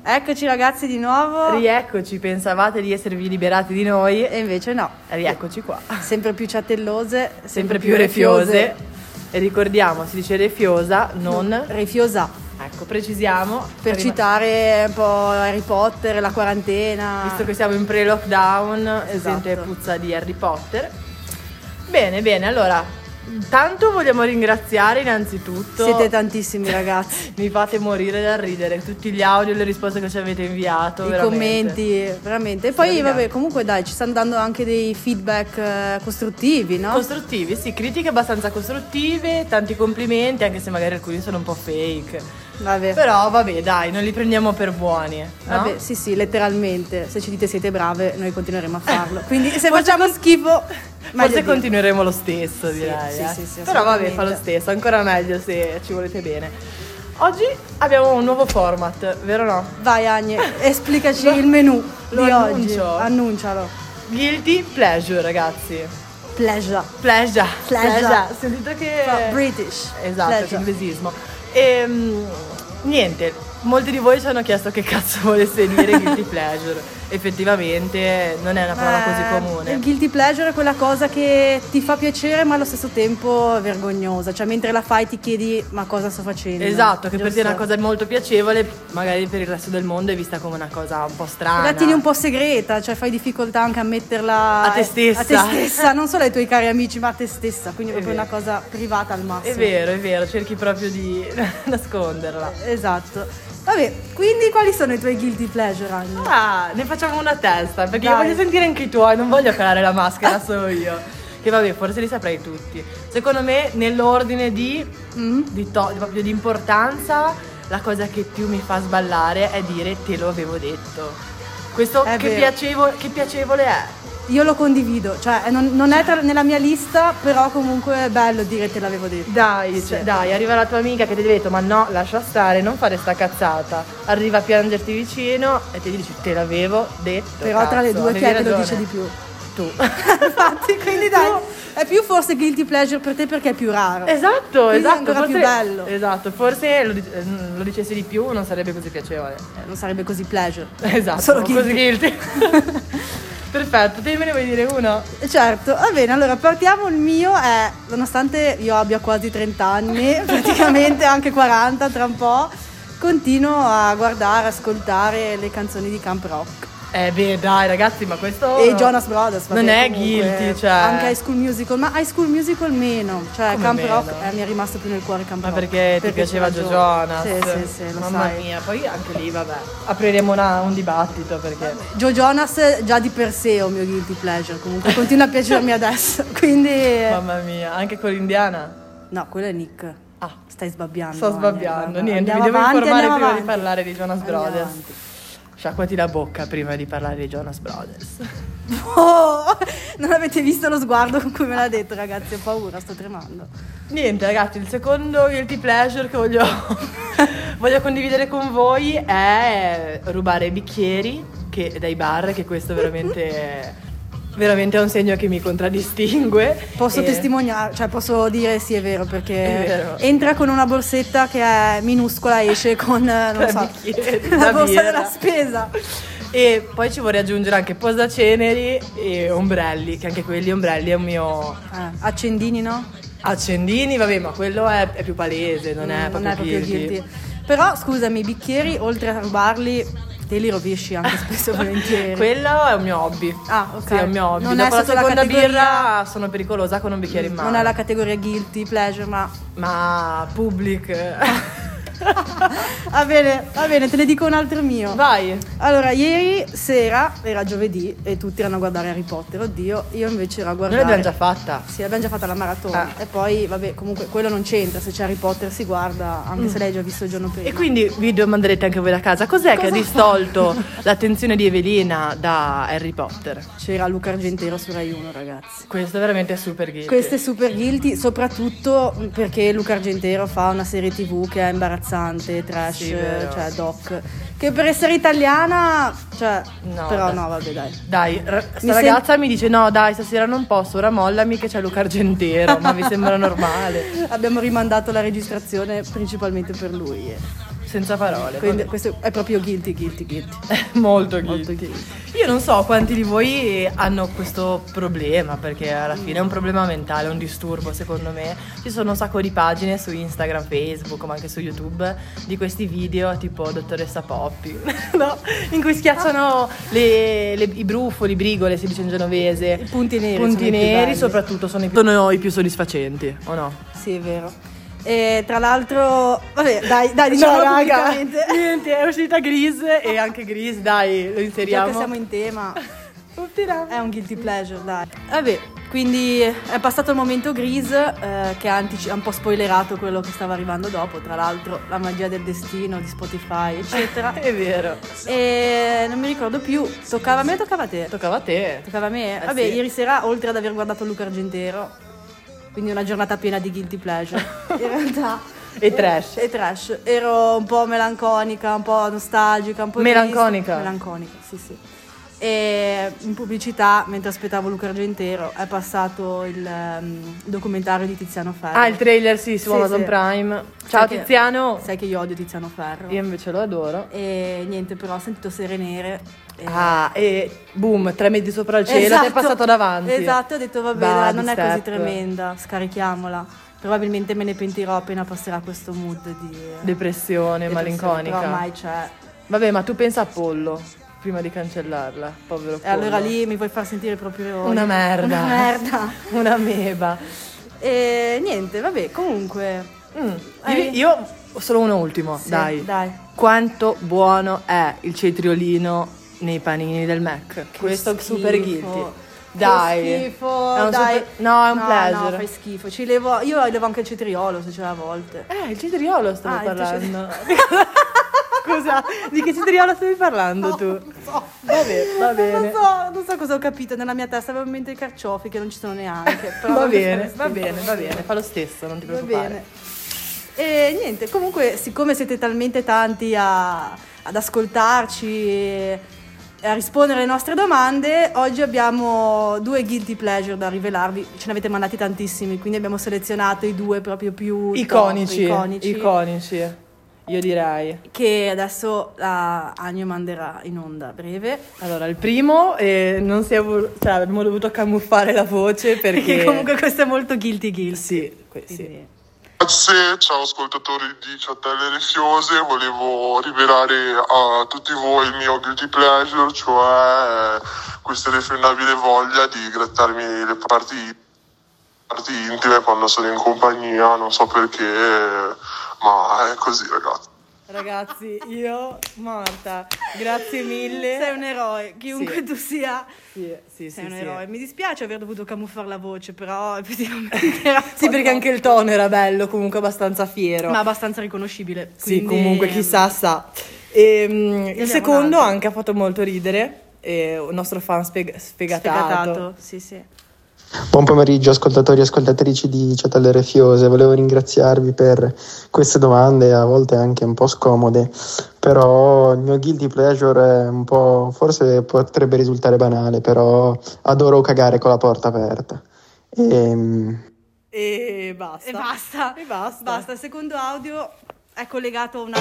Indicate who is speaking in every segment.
Speaker 1: Eccoci ragazzi di nuovo.
Speaker 2: Rieccoci, pensavate di esservi liberati di noi
Speaker 1: E invece no.
Speaker 2: Rieccoci qua.
Speaker 1: Sempre più ciatellose,
Speaker 2: Sempre più refiose. E ricordiamo, si dice refiosa, non
Speaker 1: refiosa.
Speaker 2: Ecco, precisiamo.
Speaker 1: Per citare un po' Harry Potter, la quarantena.
Speaker 2: Visto che siamo in pre-lockdown, si
Speaker 1: Esatto.
Speaker 2: sente puzza di Harry Potter. Bene, allora, tanto vogliamo ringraziare innanzitutto.
Speaker 1: Siete tantissimi ragazzi.
Speaker 2: Mi fate morire dal ridere, tutti gli audio e le risposte che ci avete inviato.
Speaker 1: I
Speaker 2: veramente.
Speaker 1: commenti, veramente. E poi
Speaker 2: Sì,
Speaker 1: vabbè, comunque dai, ci stanno dando anche dei feedback costruttivi, no?
Speaker 2: Costruttivi, sì, critiche abbastanza costruttive, tanti complimenti, anche se magari alcuni sono un po' fake.
Speaker 1: Vabbè.
Speaker 2: Però vabbè, dai, non li prendiamo per buoni, no?
Speaker 1: Vabbè, sì, letteralmente. Se ci dite siete brave, noi continueremo a farlo. Quindi se facciamo schifo, meglio
Speaker 2: Forse
Speaker 1: dirlo.
Speaker 2: continueremo lo stesso, direi.
Speaker 1: sì,
Speaker 2: Però vabbè,
Speaker 1: assolutamente.
Speaker 2: fa lo stesso, ancora meglio se ci volete bene. Oggi abbiamo un nuovo format, vero o no?
Speaker 1: Vai Agne, esplicaci il menù
Speaker 2: lo
Speaker 1: di
Speaker 2: annuncio.
Speaker 1: oggi. Annuncialo.
Speaker 2: Guilty pleasure, ragazzi.
Speaker 1: Pleasure.
Speaker 2: Pleasure.
Speaker 1: Pleasure.
Speaker 2: Sentite che...
Speaker 1: British.
Speaker 2: Esatto,
Speaker 1: Pleasure.
Speaker 2: inglesismo. Niente, molti di voi ci hanno chiesto che cazzo volesse dire guilty pleasure. Effettivamente non è una parola così comune.
Speaker 1: Il guilty pleasure è quella cosa che ti fa piacere ma allo stesso tempo è vergognosa. Cioè mentre la fai ti chiedi ma cosa sto facendo.
Speaker 2: Esatto, che per te è una
Speaker 1: Giusto?
Speaker 2: cosa molto piacevole, magari per il resto del mondo è vista come una cosa un po' strana.
Speaker 1: La tieni un po' segreta, cioè fai difficoltà anche a metterla
Speaker 2: A te stessa.
Speaker 1: A te stessa, non solo ai tuoi cari amici, ma a te stessa. Quindi è
Speaker 2: È
Speaker 1: proprio
Speaker 2: vero.
Speaker 1: una cosa privata al massimo.
Speaker 2: È vero, cerchi proprio di nasconderla.
Speaker 1: Esatto. Vabbè, quindi quali sono i tuoi guilty pleasure, Anni?
Speaker 2: Ah, ne facciamo una testa, perché io
Speaker 1: Dai.
Speaker 2: voglio sentire anche i tuoi, non voglio calare la maschera solo io. Che vabbè, forse li saprei tutti. Secondo me, nell'ordine proprio di importanza, la cosa che più mi fa sballare è dire te lo avevo detto. Questo
Speaker 1: È
Speaker 2: che
Speaker 1: vero.
Speaker 2: piacevole è.
Speaker 1: Io lo condivido, cioè non è nella mia lista, però comunque è bello dire te l'avevo detto.
Speaker 2: Dai,
Speaker 1: Sì.
Speaker 2: dai, arriva la tua amica che ti ha detto ma no, lascia stare, non fare sta cazzata. Arriva a piangerti vicino e ti dici te l'avevo detto.
Speaker 1: Però tra le
Speaker 2: cazzo,
Speaker 1: due chi
Speaker 2: avevi
Speaker 1: è che lo
Speaker 2: ragione.
Speaker 1: dice di più?
Speaker 2: Tu.
Speaker 1: Infatti, quindi dai, è più forse guilty pleasure per te perché è più raro.
Speaker 2: Esatto,
Speaker 1: Quindi è
Speaker 2: esatto.
Speaker 1: ancora
Speaker 2: forse,
Speaker 1: più bello.
Speaker 2: Esatto, forse lo dicessi di più non sarebbe così piacevole.
Speaker 1: Non sarebbe così pleasure.
Speaker 2: Esatto,
Speaker 1: Solo
Speaker 2: così
Speaker 1: guilty.
Speaker 2: guilty. Perfetto, te me ne vuoi dire uno?
Speaker 1: Certo, va bene, allora partiamo. Il mio è, nonostante io abbia quasi 30 anni, praticamente anche 40 tra un po', continuo a guardare, ascoltare le canzoni di camp rock.
Speaker 2: Beh dai ragazzi, ma questo...
Speaker 1: E i Jonas Brothers, vabbè,
Speaker 2: Non è
Speaker 1: comunque,
Speaker 2: guilty, cioè...
Speaker 1: anche High School Musical, ma High School Musical meno, cioè
Speaker 2: Come
Speaker 1: Camp
Speaker 2: meno?
Speaker 1: Rock mi è rimasto più nel cuore Camp
Speaker 2: Ma
Speaker 1: Rock.
Speaker 2: perché ti piaceva
Speaker 1: c'era
Speaker 2: Joe Jonas?
Speaker 1: Sì, lo
Speaker 2: Mamma
Speaker 1: sai.
Speaker 2: mia, poi anche lì vabbè, apriremo un dibattito perché...
Speaker 1: Joe Jonas già di per sé è un mio guilty pleasure, comunque continua a piacermi adesso, quindi...
Speaker 2: Mamma mia, anche con l'Indiana?
Speaker 1: No, quello è Nick.
Speaker 2: Ah,
Speaker 1: Stai sbabbiando.
Speaker 2: sto sbabbiando,
Speaker 1: Anne,
Speaker 2: niente,
Speaker 1: andiamo
Speaker 2: mi devo
Speaker 1: avanti,
Speaker 2: informare
Speaker 1: andiamo
Speaker 2: prima di
Speaker 1: avanti.
Speaker 2: parlare di Jonas
Speaker 1: Andiamo
Speaker 2: Brothers.
Speaker 1: avanti.
Speaker 2: Sciacquati la bocca prima di parlare di Jonas Brothers.
Speaker 1: Oh, non avete visto lo sguardo con cui me l'ha detto, ragazzi, ho paura, sto tremando.
Speaker 2: Niente ragazzi, il secondo guilty pleasure che voglio condividere con voi è rubare bicchieri dai bar, che questo veramente è un segno che mi contraddistingue.
Speaker 1: Posso
Speaker 2: E-
Speaker 1: testimoniare, cioè posso dire sì, è vero, perché
Speaker 2: È vero.
Speaker 1: entra con una borsetta che è minuscola, esce con, non
Speaker 2: Tre
Speaker 1: so,
Speaker 2: bicchieri,
Speaker 1: la
Speaker 2: una
Speaker 1: borsa
Speaker 2: birra.
Speaker 1: della spesa.
Speaker 2: E poi ci vorrei aggiungere anche posaceneri e ombrelli, che anche quelli ombrelli è un mio
Speaker 1: Accendini, no?
Speaker 2: accendini, vabbè, ma quello è più palese, non è proprio guilty.
Speaker 1: guilty. Però scusami, i bicchieri, oltre a rubarli, te li rovesci anche spesso e volentieri.
Speaker 2: Quello è un mio hobby.
Speaker 1: Ah, ok.
Speaker 2: Sì, è un mio hobby.
Speaker 1: Non è
Speaker 2: Dopo la
Speaker 1: sotto la
Speaker 2: seconda
Speaker 1: categoria-
Speaker 2: birra sono pericolosa con un bicchiere in mano.
Speaker 1: Non è la categoria guilty pleasure,
Speaker 2: Ma public.
Speaker 1: va bene, te ne dico un altro mio.
Speaker 2: Vai.
Speaker 1: Allora, ieri sera, era giovedì, e tutti erano a guardare Harry Potter, oddio, io invece ero a
Speaker 2: Noi
Speaker 1: guardare...
Speaker 2: l'abbiamo già fatta.
Speaker 1: Sì, l'abbiamo già fatta la maratona. E poi, vabbè, comunque quello non c'entra, se c'è Harry Potter si guarda, anche se l'hai già visto il giorno prima.
Speaker 2: E quindi vi domanderete anche voi da casa, cos'è che ha distolto l'attenzione di Evelina da Harry Potter?
Speaker 1: C'era Luca Argentero su Rai 1, ragazzi.
Speaker 2: Questo è veramente super guilty.
Speaker 1: Questo è super guilty, soprattutto perché Luca Argentero fa una serie TV che è imbarazzante, trash,
Speaker 2: Sì, vero.
Speaker 1: cioè doc. Che per essere italiana, cioè,
Speaker 2: No,
Speaker 1: però
Speaker 2: dai.
Speaker 1: no, vabbè, dai.
Speaker 2: Dai, sta
Speaker 1: Mi
Speaker 2: ragazza mi dice no dai stasera non posso, ora mollami che c'è Luca Argentero, ma vi sembra normale?
Speaker 1: Abbiamo rimandato la registrazione principalmente per lui.
Speaker 2: senza parole.
Speaker 1: Quindi
Speaker 2: vabbè.
Speaker 1: questo è proprio guilty.
Speaker 2: Molto
Speaker 1: Molto
Speaker 2: guilty.
Speaker 1: guilty.
Speaker 2: Io non so quanti di voi hanno questo problema, perché alla fine è un problema mentale, è un disturbo secondo me. Ci sono un sacco di pagine su Instagram, Facebook, ma anche su YouTube di questi video tipo Dottoressa Poppy, no? In cui schiacciano i brufoli, brigole, si dice in genovese.
Speaker 1: I punti neri.
Speaker 2: Punti
Speaker 1: sono i più
Speaker 2: neri
Speaker 1: belli.
Speaker 2: soprattutto sono i più soddisfacenti, o no?
Speaker 1: Sì, è vero. E tra l'altro, vabbè, dai, diciamo
Speaker 2: No, raga,
Speaker 1: pubblicamente.
Speaker 2: niente, è uscita Grease e anche Grease, dai, lo
Speaker 1: Già
Speaker 2: inseriamo.
Speaker 1: che siamo in tema,
Speaker 2: Utiliamo.
Speaker 1: è un guilty pleasure, dai. Vabbè, quindi è passato il momento Grease, che ha un po' spoilerato quello che stava arrivando dopo, tra l'altro la magia del destino di Spotify, eccetera.
Speaker 2: È vero.
Speaker 1: E non mi ricordo più, toccava a me o toccava a te?
Speaker 2: Toccava a te.
Speaker 1: Toccava a me? Vabbè,
Speaker 2: sì.
Speaker 1: ieri sera, oltre ad aver guardato Luca Argentero, quindi una giornata piena di guilty pleasure, in realtà.
Speaker 2: E trash.
Speaker 1: E trash. Ero un po' melanconica, un po' nostalgica, un po'
Speaker 2: Melanconica?
Speaker 1: triste. Melanconica, sì. E in pubblicità, mentre aspettavo Luca Argentero, è passato il documentario di Tiziano Ferro.
Speaker 2: Ah, il trailer sì, su
Speaker 1: Sì,
Speaker 2: Amazon
Speaker 1: sì.
Speaker 2: Prime. Ciao
Speaker 1: Sai che-
Speaker 2: Tiziano.
Speaker 1: Sai che io odio Tiziano Ferro.
Speaker 2: Io invece lo adoro.
Speaker 1: E niente, però ho sentito Sere Nere.
Speaker 2: Ah, e boom, 3 metri sopra il cielo, ti è passato davanti.
Speaker 1: Esatto, ho detto vabbè,
Speaker 2: Body
Speaker 1: dai, non è così
Speaker 2: step.
Speaker 1: tremenda, scarichiamola. Probabilmente me ne pentirò appena passerà questo mood di
Speaker 2: Depressione, malinconica.
Speaker 1: Però ormai c'è.
Speaker 2: Vabbè, ma tu pensa a Pollo prima di cancellarla, povero
Speaker 1: E
Speaker 2: Pollo.
Speaker 1: allora lì mi vuoi far sentire proprio
Speaker 2: Una merda.
Speaker 1: Una merda.
Speaker 2: Una meba.
Speaker 1: E niente, vabbè, comunque.
Speaker 2: Io ho solo uno ultimo,
Speaker 1: Sì,
Speaker 2: dai.
Speaker 1: dai.
Speaker 2: Quanto buono è il cetriolino nei panini del Mac. Questo è super
Speaker 1: schifo.
Speaker 2: guilty.
Speaker 1: Che
Speaker 2: Dai.
Speaker 1: schifo,
Speaker 2: È un
Speaker 1: dai.
Speaker 2: super- no, è un pleasure.
Speaker 1: No, fai schifo. Io levo anche il cetriolo se c'è a volte.
Speaker 2: Il cetriolo stavo
Speaker 1: Ah, il
Speaker 2: parlando. Scusa, di che cetriolo stavi parlando tu?
Speaker 1: Non so.
Speaker 2: Vabbè, va bene.
Speaker 1: Non so cosa ho capito nella mia testa, avevo in mente i carciofi che non ci sono neanche. Però
Speaker 2: Va
Speaker 1: vabbè,
Speaker 2: bene,
Speaker 1: fa lo stesso.
Speaker 2: va bene, fa lo stesso, non ti
Speaker 1: Va
Speaker 2: preoccupare.
Speaker 1: bene. E niente, comunque, siccome siete talmente tanti ad ascoltarci e a rispondere alle nostre domande, oggi abbiamo 2 guilty pleasure da rivelarvi. Ce ne avete mandati tantissimi, quindi abbiamo selezionato i 2 proprio più
Speaker 2: Iconici,
Speaker 1: top,
Speaker 2: iconici. Io direi.
Speaker 1: che adesso la Agno manderà in onda a breve.
Speaker 2: Allora, il primo, non si è cioè, abbiamo dovuto camuffare la voce perché...
Speaker 1: Comunque questo è molto guilty.
Speaker 2: Sì, sì.
Speaker 1: Quindi-
Speaker 3: Grazie, ciao ascoltatori di Ciattelle Rifiose, volevo rivelare a tutti voi il mio guilty pleasure, cioè questa irrefrenabile voglia di grattarmi le parti intime quando sono in compagnia, non so perché, ma è così ragazzi.
Speaker 2: Ragazzi, io, Marta, grazie mille.
Speaker 1: Sei un eroe, chiunque
Speaker 2: Sì.
Speaker 1: tu sia.
Speaker 2: Sì,
Speaker 1: Sei un eroe. Mi dispiace aver dovuto camuffare la voce, però effettivamente era un
Speaker 2: Sì,
Speaker 1: po'
Speaker 2: perché anche il tono era bello, comunque abbastanza fiero.
Speaker 1: ma abbastanza riconoscibile.
Speaker 2: Sì,
Speaker 1: quindi-
Speaker 2: comunque chissà sa. Il secondo anche ha fatto molto ridere, un nostro fan sfegatato.
Speaker 1: Sì.
Speaker 4: Buon pomeriggio ascoltatori e ascoltatrici di Ciattelle Refiose, volevo ringraziarvi per queste domande a volte anche un po' scomode, però il mio guilty pleasure è un po', forse potrebbe risultare banale, però adoro cagare con la porta aperta.
Speaker 2: E basta.
Speaker 1: E basta.
Speaker 2: E basta.
Speaker 1: Basta, il secondo audio è collegato a un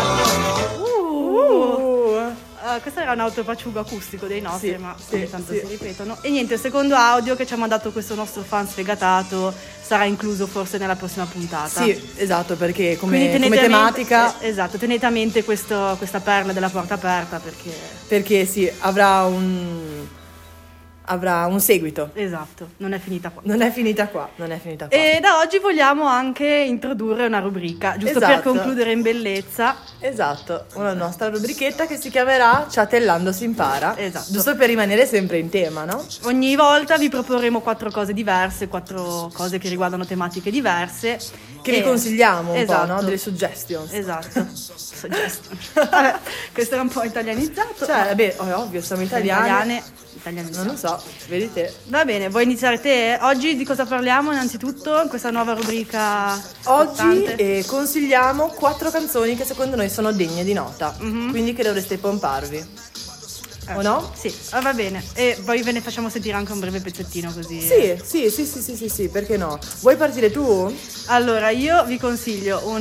Speaker 1: altro. Questo era un autopacciugo acustico dei nostri,
Speaker 2: Sì,
Speaker 1: ma
Speaker 2: sì,
Speaker 1: ogni tanto
Speaker 2: sì.
Speaker 1: si ripetono. E niente, il secondo audio che ci ha mandato questo nostro fan sfegatato sarà incluso forse nella prossima puntata.
Speaker 2: Sì, esatto, perché
Speaker 1: Quindi
Speaker 2: come
Speaker 1: tenete a
Speaker 2: tematica,
Speaker 1: mente, esatto, tenete a mente questa perla della porta aperta
Speaker 2: perché sì, avrà un seguito.
Speaker 1: esatto, non è finita qua.
Speaker 2: Non è finita qua.
Speaker 1: E da oggi vogliamo anche introdurre una rubrica, giusto per
Speaker 2: Esatto.
Speaker 1: concludere in bellezza.
Speaker 2: Esatto, una nostra rubrichetta che si chiamerà Ciatellando si impara.
Speaker 1: Esatto.
Speaker 2: Giusto per rimanere sempre in tema, no?
Speaker 1: Ogni volta vi proporremo 4 cose diverse, 4 cose che riguardano tematiche diverse.
Speaker 2: Che vi consigliamo un
Speaker 1: esatto.
Speaker 2: po', no? Delle suggestions.
Speaker 1: Esatto. Suggestion. Vabbè, questo era un po' italianizzato.
Speaker 2: Cioè, beh, è ovvio, siamo italiani.
Speaker 1: Italianissime.
Speaker 2: Non lo so, vedi te.
Speaker 1: Va bene, vuoi iniziare te? Oggi di cosa parliamo innanzitutto in questa nuova rubrica?
Speaker 2: Oggi
Speaker 1: importante?
Speaker 2: consigliamo 4 canzoni che secondo noi sono degne di nota,
Speaker 1: Mhm.
Speaker 2: quindi che dovreste pomparvi. o no?
Speaker 1: Sì, va bene. E poi ve ne facciamo sentire anche un breve pezzettino così.
Speaker 2: Sì, perché no? Vuoi partire tu?
Speaker 1: Allora, io vi consiglio un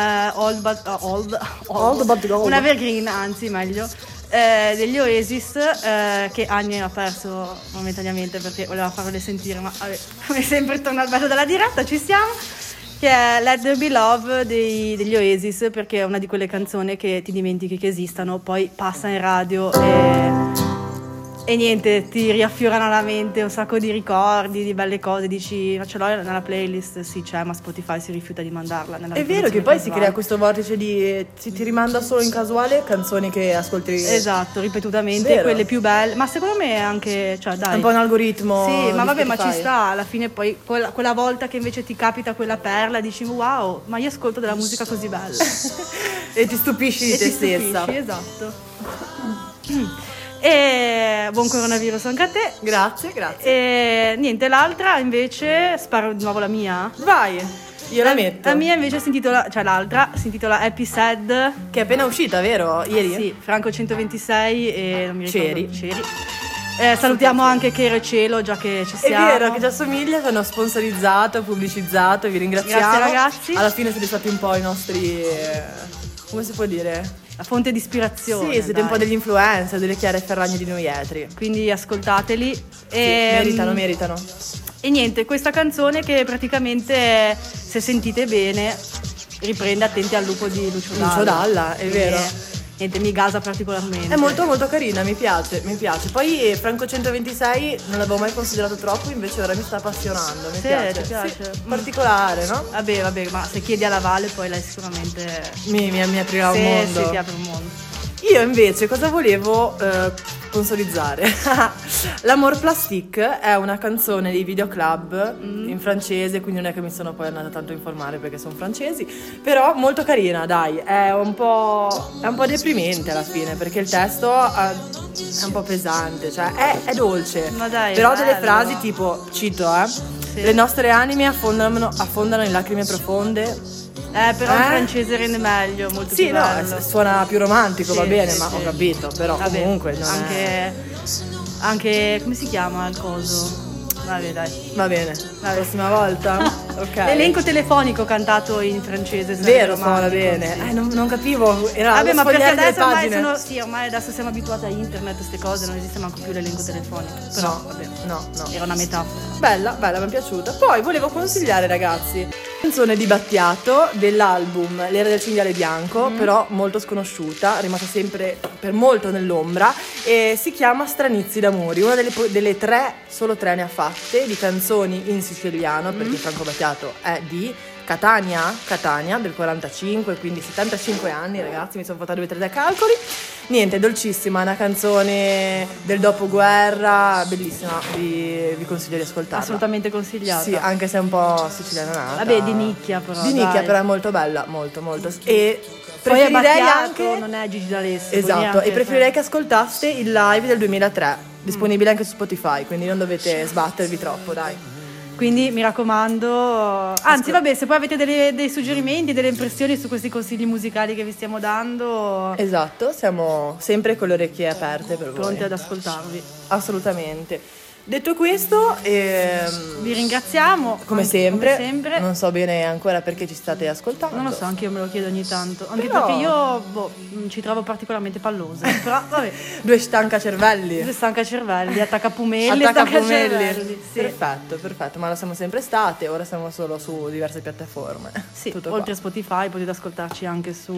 Speaker 1: un evergreen, anzi meglio, degli Oasis, che Agni ha perso momentaneamente perché voleva farvele sentire, ma vabbè, come sempre torna al bello della diretta, ci siamo, che è Let There Be Love degli Oasis, perché è una di quelle canzoni che ti dimentichi che esistano, poi passa in radio e niente, ti riaffiorano alla mente un sacco di ricordi, di belle cose, dici ma ce l'ho nella playlist? Sì c'è, ma Spotify si rifiuta di mandarla nella
Speaker 2: È vero che poi si
Speaker 1: casuale.
Speaker 2: crea questo vortice di ti rimanda solo in casuale canzoni che ascolti.
Speaker 1: Esatto, ripetutamente,
Speaker 2: Vero.
Speaker 1: quelle più belle, ma secondo me è anche, cioè dai,
Speaker 2: È un po' un algoritmo.
Speaker 1: sì, ma
Speaker 2: di
Speaker 1: vabbè, ma
Speaker 2: Spotify.
Speaker 1: ci sta, alla fine poi quella volta che invece ti capita quella perla dici wow, ma io ascolto della musica così bella.
Speaker 2: E ti stupisci di
Speaker 1: E
Speaker 2: te
Speaker 1: ti
Speaker 2: stessa.
Speaker 1: stupisci, esatto. E buon coronavirus anche a te.
Speaker 2: Grazie.
Speaker 1: E niente, l'altra invece, sparo di nuovo la mia.
Speaker 2: Vai, io la metto.
Speaker 1: La mia invece l'altra si intitola Happy Sad.
Speaker 2: Che è appena uscita, vero? Ieri?
Speaker 1: Sì, Franco 126 e non mi ricordo.
Speaker 2: Ceri.
Speaker 1: Salutiamo anche Chero e Cielo, già che ci
Speaker 2: È
Speaker 1: siamo.
Speaker 2: vero che ci assomiglia, ci hanno sponsorizzato, pubblicizzato, vi ringraziamo.
Speaker 1: Grazie, ragazzi.
Speaker 2: Alla fine siete stati un po' i nostri, come si può dire?
Speaker 1: La fonte di ispirazione.
Speaker 2: Sì, siete un po' degli influencer, delle Chiare Ferragni di noi etri.
Speaker 1: Quindi ascoltateli.
Speaker 2: Sì, meritano.
Speaker 1: E niente, questa canzone che praticamente, se sentite bene, riprende Attenti al lupo di Lucio Dalla.
Speaker 2: Lucio Dalla, è vero.
Speaker 1: Niente, mi gasa particolarmente.
Speaker 2: È molto molto carina, mi piace. Poi Franco 126 non l'avevo mai considerato troppo, invece ora mi sta appassionando. Mi
Speaker 1: Sì,
Speaker 2: piace.
Speaker 1: ti piace?
Speaker 2: Sì, particolare, no?
Speaker 1: Vabbè, ma se chiedi alla Vale poi lei sicuramente
Speaker 2: Mi aprirà un
Speaker 1: Sì,
Speaker 2: mondo.
Speaker 1: Sì, ti apre un mondo.
Speaker 2: Io invece cosa volevo sponsorizzare? L'Amour Plastique è una canzone dei videoclub in francese, quindi non è che mi sono poi andata tanto a informare perché sono francesi, però molto carina, dai, è un po' deprimente alla fine perché il testo è un po' pesante, cioè è dolce,
Speaker 1: Ma dai,
Speaker 2: però
Speaker 1: è
Speaker 2: delle
Speaker 1: bello.
Speaker 2: frasi tipo, cito,
Speaker 1: Sì.
Speaker 2: le nostre anime affondano in lacrime profonde.
Speaker 1: Però il francese rende meglio, molto
Speaker 2: Sì,
Speaker 1: più
Speaker 2: no,
Speaker 1: bello.
Speaker 2: suona più romantico,
Speaker 1: Sì,
Speaker 2: va bene,
Speaker 1: sì,
Speaker 2: ma
Speaker 1: sì.
Speaker 2: ho capito, però
Speaker 1: Vabbè,
Speaker 2: comunque non
Speaker 1: anche come si chiama il coso? Vabbè, dai.
Speaker 2: Va bene, la prossima volta? Ok.
Speaker 1: L'elenco telefonico cantato in francese.
Speaker 2: Vero,
Speaker 1: sarebbe
Speaker 2: suona
Speaker 1: romantico,
Speaker 2: bene.
Speaker 1: sì.
Speaker 2: Non capivo, era
Speaker 1: Vabbè,
Speaker 2: lo
Speaker 1: ma perché
Speaker 2: sfogliare delle
Speaker 1: adesso
Speaker 2: pagine.
Speaker 1: ormai adesso siamo abituati a internet, queste cose, non esiste manco più l'elenco telefonico. Però,
Speaker 2: No,
Speaker 1: vabbè,
Speaker 2: no.
Speaker 1: era una metafora.
Speaker 2: Bella, mi è piaciuta. Poi volevo consigliare, ragazzi, canzone di Battiato dell'album L'era del cinghiale bianco, però molto sconosciuta, rimasta sempre per molto nell'ombra, e si chiama Stranizi d'amori, una delle solo tre ne ha fatte, di canzoni in siciliano, perché Franco Battiato è di Catania del 45, quindi 75 anni, ragazzi, mi sono fatta 2 o 3 calcoli. Niente, dolcissima, una canzone del dopoguerra, bellissima, vi consiglio di ascoltarla.
Speaker 1: Assolutamente consigliata.
Speaker 2: Sì, anche se è un po' siciliana.
Speaker 1: Vabbè, di nicchia però.
Speaker 2: Di nicchia,
Speaker 1: dai.
Speaker 2: però è molto bella, molto. E
Speaker 1: Poi è
Speaker 2: preferirei
Speaker 1: Battiato,
Speaker 2: anche...
Speaker 1: non è Gigi D'Alessio.
Speaker 2: Esatto, e preferirei che ascoltaste il live del 2003, disponibile anche su Spotify, quindi non dovete sbattervi troppo, dai.
Speaker 1: Quindi mi raccomando, anzi vabbè, se poi avete dei suggerimenti, delle impressioni su questi consigli musicali che vi stiamo dando,
Speaker 2: Esatto, siamo sempre con le orecchie aperte per voi.
Speaker 1: pronti ad ascoltarvi.
Speaker 2: Assolutamente. Detto questo,
Speaker 1: Vi ringraziamo
Speaker 2: come sempre,
Speaker 1: come
Speaker 2: non so bene ancora perché ci state ascoltando.
Speaker 1: Non lo so, anche io me lo chiedo ogni tanto, anche
Speaker 2: Però-
Speaker 1: perché io ci trovo particolarmente pallosa, però vabbè.
Speaker 2: Due stanca cervelli.
Speaker 1: Stanca cervelli, attacca pumelli, stanca cervelli. Sì.
Speaker 2: Perfetto, ma lo siamo sempre state, ora siamo solo su diverse piattaforme.
Speaker 1: Sì,
Speaker 2: Tutto
Speaker 1: oltre
Speaker 2: qua.
Speaker 1: a Spotify potete ascoltarci anche su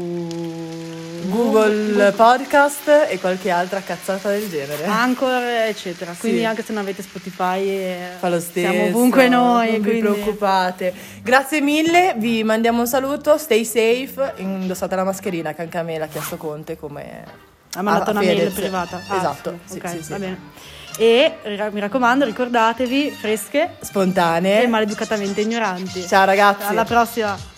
Speaker 2: Google Podcast e qualche altra cazzata del genere.
Speaker 1: Anchor, eccetera. Quindi
Speaker 2: Sì.
Speaker 1: anche se non avete Spotify
Speaker 2: Fa lo stesso.
Speaker 1: siamo ovunque noi,
Speaker 2: non vi
Speaker 1: quindi
Speaker 2: preoccupate. Grazie mille, vi mandiamo un saluto, stay safe, indossate la mascherina che anche a me l'ha chiesto Conte come
Speaker 1: ha mandato una
Speaker 2: Fedez.
Speaker 1: mail privata.
Speaker 2: Esatto, sì,
Speaker 1: ok,
Speaker 2: sì.
Speaker 1: va bene. E mi raccomando, ricordatevi, fresche
Speaker 2: Spontanee.
Speaker 1: e maleducatamente ignoranti.
Speaker 2: Ciao ragazzi.
Speaker 1: Alla prossima.